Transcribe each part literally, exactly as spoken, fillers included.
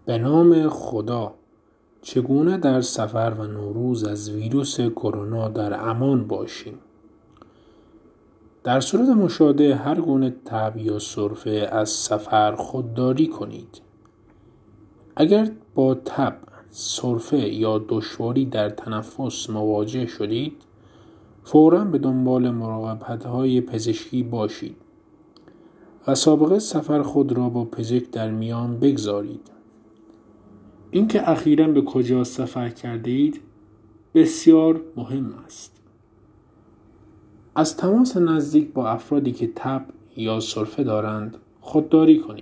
به نام خدا. چگونه در سفر و نوروز از ویروس کرونا در امان باشیم؟ در صورت مشاهده هر گونه تب یا سرفه از سفر خودداری کنید. اگر با تب، سرفه یا دشواری در تنفس مواجه شدید، فوراً به دنبال مراقبت‌های پزشکی باشید و سابقه سفر خود را با پزشک در میان بگذارید. اینکه اخیراً به کجا سفر کرده اید بسیار مهم است. از تماس نزدیک با افرادی که تب یا سرفه دارند خودداری کنید.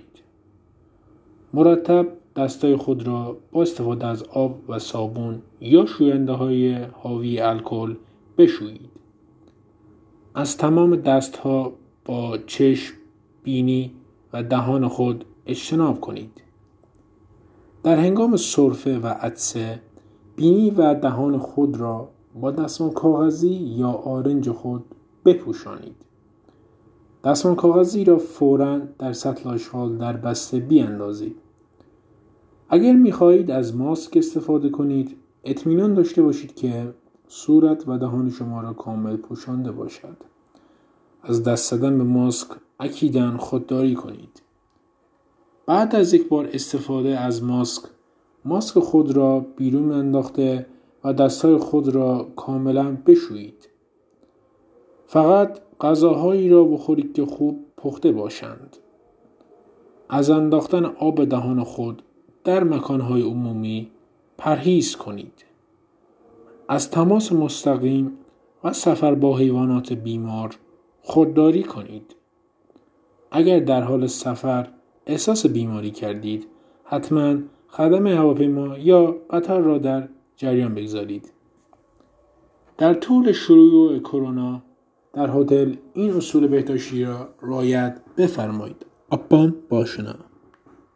مرتب دستای خود را با استفاده از آب و صابون یا شوینده های حاوی الکل بشویید. از تمام دستها با چشم، بینی و دهان خود اجتناب کنید. در هنگام سرفه و عطسه بینی و دهان خود را با دستمال کاغذی یا آرنج خود بپوشانید. دستمال کاغذی را فوراً در سطل آشغال در بسته بیاندازید. اگر می‌خواهید از ماسک استفاده کنید، اطمینان داشته باشید که صورت و دهان شما را کامل پوشانده باشد. از دست زدن به ماسک اکیداً خودداری کنید. بعد از یک بار استفاده از ماسک، ماسک خود را بیرون انداخته و دستهای خود را کاملا بشویید. فقط غذاهایی را بخورید که خوب پخته باشند. از انداختن آب دهان خود در مکانهای عمومی پرهیز کنید. از تماس مستقیم و سفر با حیوانات بیمار خودداری کنید. اگر در حال سفر احساس بیماری کردید، حتما خدمه هواپیما یا قطار را در جریان بگذارید. در طول شیوع کرونا در هتل این اصول بهداشتی را رعایت بفرمایید. آبان باشنا